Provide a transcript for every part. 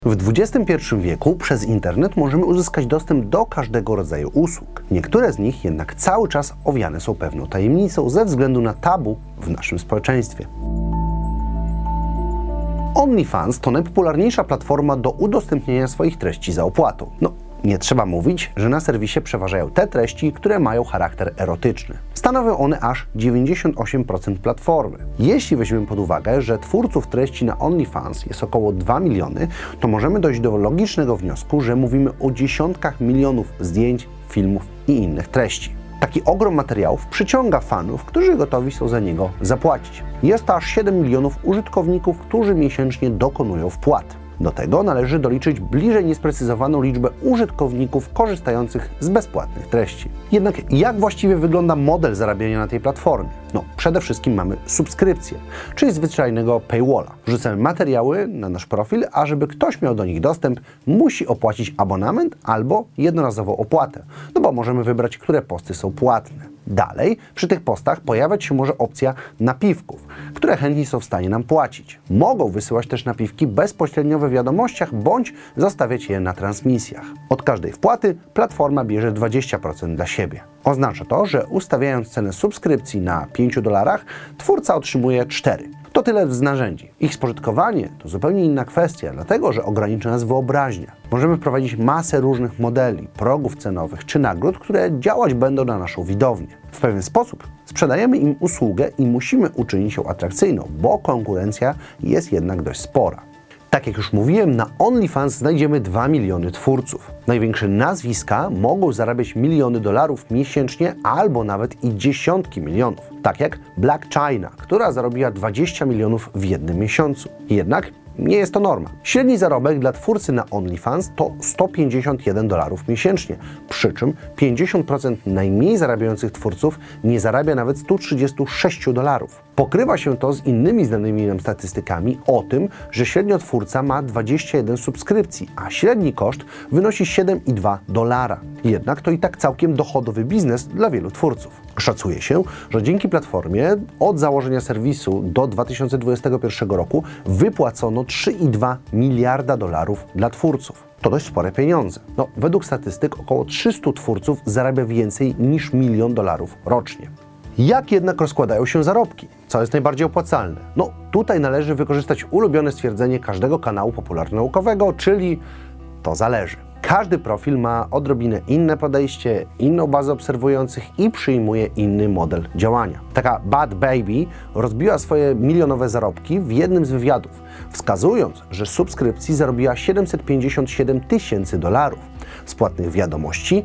W XXI wieku przez internet możemy uzyskać dostęp do każdego rodzaju usług. Niektóre z nich jednak cały czas owiane są pewną tajemnicą ze względu na tabu w naszym społeczeństwie. OnlyFans to najpopularniejsza platforma do udostępnienia swoich treści za opłatą. Nie trzeba mówić, że na serwisie przeważają te treści, które mają charakter erotyczny. Stanowią one aż 98% platformy. Jeśli weźmiemy pod uwagę, że twórców treści na OnlyFans jest około 2 miliony, to możemy dojść do logicznego wniosku, że mówimy o dziesiątkach milionów zdjęć, filmów i innych treści. Taki ogrom materiałów przyciąga fanów, którzy gotowi są za niego zapłacić. Jest to aż 7 milionów użytkowników, którzy miesięcznie dokonują wpłat. Do tego należy doliczyć bliżej niesprecyzowaną liczbę użytkowników korzystających z bezpłatnych treści. Jednak jak właściwie wygląda model zarabiania na tej platformie? Przede wszystkim mamy subskrypcję, czyli zwyczajnego paywalla. Wrzucamy materiały na nasz profil, a żeby ktoś miał do nich dostęp, musi opłacić abonament albo jednorazową opłatę, bo możemy wybrać, które posty są płatne. Dalej, przy tych postach pojawiać się może opcja napiwków, które chętni są w stanie nam płacić. Mogą wysyłać też napiwki bezpośrednio we wiadomościach, bądź zostawiać je na transmisjach. Od każdej wpłaty platforma bierze 20% dla siebie. Oznacza to, że ustawiając cenę subskrypcji na $5, twórca otrzymuje 4. To tyle z narzędzi. Ich spożytkowanie to zupełnie inna kwestia, dlatego że ogranicza nas wyobraźnia. Możemy wprowadzić masę różnych modeli, progów cenowych czy nagród, które działać będą na naszą widownię. W pewien sposób sprzedajemy im usługę i musimy uczynić ją atrakcyjną, bo konkurencja jest jednak dość spora. Tak jak już mówiłem, na OnlyFans znajdziemy 2 miliony twórców. Największe nazwiska mogą zarabiać miliony dolarów miesięcznie albo nawet i dziesiątki milionów. Tak jak Blac Chyna, która zarobiła 20 milionów w jednym miesiącu. Jednak nie jest to norma. Średni zarobek dla twórcy na OnlyFans to $151 miesięcznie, przy czym 50% najmniej zarabiających twórców nie zarabia nawet $136. Pokrywa się to z innymi znanymi nam statystykami o tym, że średnio twórca ma 21 subskrypcji, a średni koszt wynosi $7,2. Jednak to i tak całkiem dochodowy biznes dla wielu twórców. Szacuje się, że dzięki platformie od założenia serwisu do 2021 roku wypłacono $3,2 miliarda dla twórców. To dość spore pieniądze. Według statystyk około 300 twórców zarabia więcej niż $1 milion rocznie. Jak jednak rozkładają się zarobki? Co jest najbardziej opłacalne? Tutaj należy wykorzystać ulubione stwierdzenie każdego kanału popularno-naukowego, czyli to zależy. Każdy profil ma odrobinę inne podejście, inną bazę obserwujących i przyjmuje inny model działania. Taka Bad Baby rozbiła swoje milionowe zarobki w jednym z wywiadów, wskazując, że z subskrypcji zarobiła $757 tysięcy, z płatnych wiadomości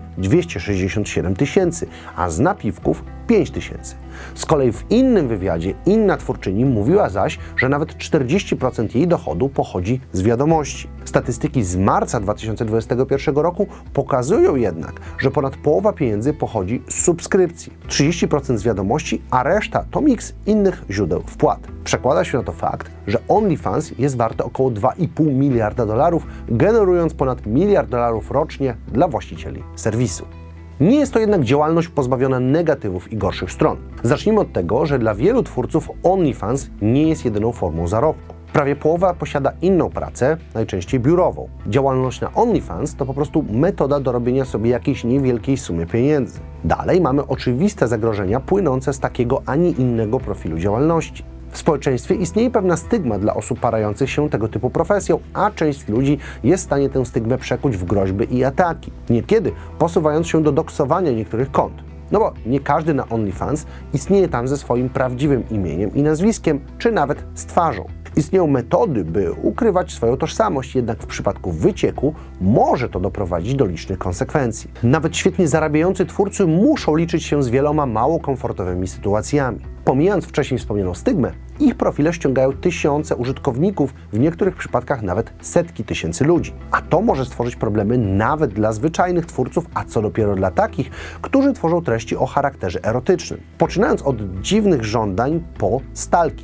267 tysięcy, a z napiwków 5 tysięcy. Z kolei w innym wywiadzie inna twórczyni mówiła zaś, że nawet 40% jej dochodu pochodzi z wiadomości. Statystyki z marca 2021 roku pokazują jednak, że ponad połowa pieniędzy pochodzi z subskrypcji, 30% z wiadomości, a reszta to miks innych źródeł wpłat. Przekłada się na to fakt, że OnlyFans jest warte około $2,5 miliarda, generując ponad $1 miliard rocznie dla właścicieli serwisu. Nie jest to jednak działalność pozbawiona negatywów i gorszych stron. Zacznijmy od tego, że dla wielu twórców OnlyFans nie jest jedyną formą zarobku. Prawie połowa posiada inną pracę, najczęściej biurową. Działalność na OnlyFans to po prostu metoda do robienia sobie jakiejś niewielkiej sumy pieniędzy. Dalej mamy oczywiste zagrożenia płynące z takiego, a nie innego profilu działalności. W społeczeństwie istnieje pewna stygma dla osób parających się tego typu profesją, a część ludzi jest w stanie tę stygmę przekuć w groźby i ataki. Niekiedy posuwając się do doksowania niektórych kont. Bo nie każdy na OnlyFans istnieje tam ze swoim prawdziwym imieniem i nazwiskiem, czy nawet z twarzą. Istnieją metody, by ukrywać swoją tożsamość, jednak w przypadku wycieku może to doprowadzić do licznych konsekwencji. Nawet świetnie zarabiający twórcy muszą liczyć się z wieloma mało komfortowymi sytuacjami. Pomijając wcześniej wspomnianą stygmę, ich profile ściągają tysiące użytkowników, w niektórych przypadkach nawet setki tysięcy ludzi. A to może stworzyć problemy nawet dla zwyczajnych twórców, a co dopiero dla takich, którzy tworzą treści o charakterze erotycznym. Poczynając od dziwnych żądań po stalking,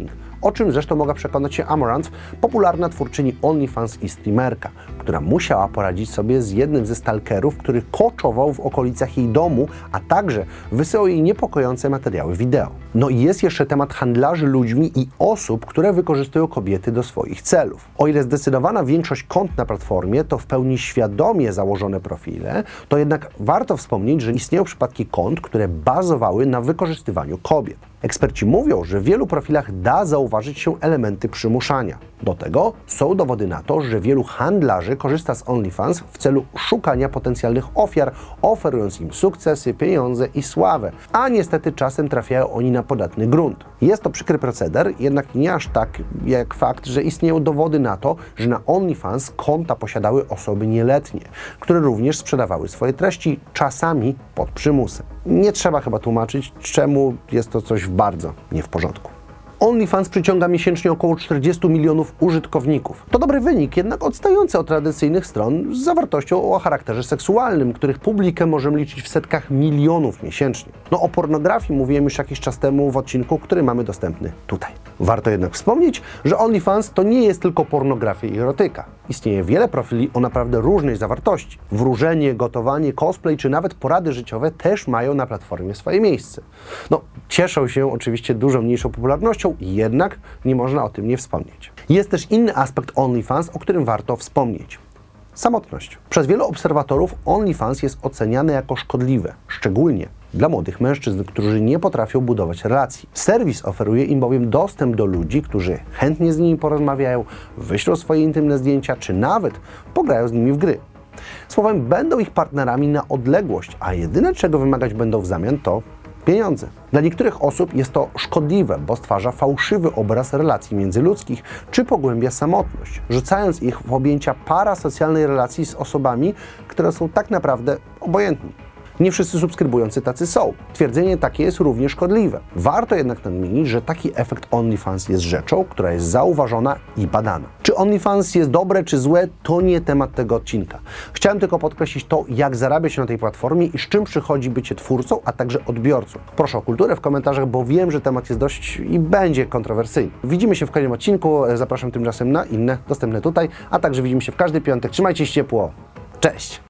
o czym zresztą mogła przekonać się Amouranth, popularna twórczyni OnlyFans i streamerka, która musiała poradzić sobie z jednym ze stalkerów, który koczował w okolicach jej domu, a także wysyłał jej niepokojące materiały wideo. No i jest jeszcze temat handlarzy ludźmi i osób, które wykorzystują kobiety do swoich celów. O ile zdecydowana większość kont na platformie to w pełni świadomie założone profile, to jednak warto wspomnieć, że istnieją przypadki kont, które bazowały na wykorzystywaniu kobiet. Eksperci mówią, że w wielu profilach da zauważyć się elementy przymuszania. Do tego są dowody na to, że wielu handlarzy korzysta z OnlyFans w celu szukania potencjalnych ofiar, oferując im sukcesy, pieniądze i sławę, a niestety czasem trafiają oni na podatny grunt. Jest to przykry proceder, jednak nie aż tak jak fakt, że istnieją dowody na to, że na OnlyFans konta posiadały osoby nieletnie, które również sprzedawały swoje treści, czasami pod przymusem. Nie trzeba chyba tłumaczyć, czemu jest to coś bardzo nie w porządku. OnlyFans przyciąga miesięcznie około 40 milionów użytkowników. To dobry wynik, jednak odstający od tradycyjnych stron z zawartością o charakterze seksualnym, których publikę możemy liczyć w setkach milionów miesięcznie. No o pornografii mówiłem już jakiś czas temu w odcinku, który mamy dostępny tutaj. Warto jednak wspomnieć, że OnlyFans to nie jest tylko pornografia i erotyka. Istnieje wiele profili o naprawdę różnej zawartości. Wróżenie, gotowanie, cosplay czy nawet porady życiowe też mają na platformie swoje miejsce. No, cieszą się oczywiście dużo mniejszą popularnością, jednak nie można o tym nie wspomnieć. Jest też inny aspekt OnlyFans, o którym warto wspomnieć. Samotność. Przez wielu obserwatorów OnlyFans jest oceniane jako szkodliwe, szczególnie dla młodych mężczyzn, którzy nie potrafią budować relacji. Serwis oferuje im bowiem dostęp do ludzi, którzy chętnie z nimi porozmawiają, wyślą swoje intymne zdjęcia, czy nawet pograją z nimi w gry. Słowem, będą ich partnerami na odległość, a jedyne, czego wymagać będą w zamian, to pieniądze. Dla niektórych osób jest to szkodliwe, bo stwarza fałszywy obraz relacji międzyludzkich, czy pogłębia samotność, rzucając ich w objęcia parasocjalnej relacji z osobami, które są tak naprawdę obojętni. Nie wszyscy subskrybujący tacy są. Twierdzenie takie jest również szkodliwe. Warto jednak nadmienić, że taki efekt OnlyFans jest rzeczą, która jest zauważona i badana. Czy OnlyFans jest dobre czy złe, to nie temat tego odcinka. Chciałem tylko podkreślić to, jak zarabia się na tej platformie i z czym przychodzi bycie twórcą, a także odbiorcą. Proszę o kulturę w komentarzach, bo wiem, że temat jest dość i będzie kontrowersyjny. Widzimy się w kolejnym odcinku, zapraszam tymczasem na inne dostępne tutaj, a także widzimy się w każdy piątek. Trzymajcie się ciepło. Cześć!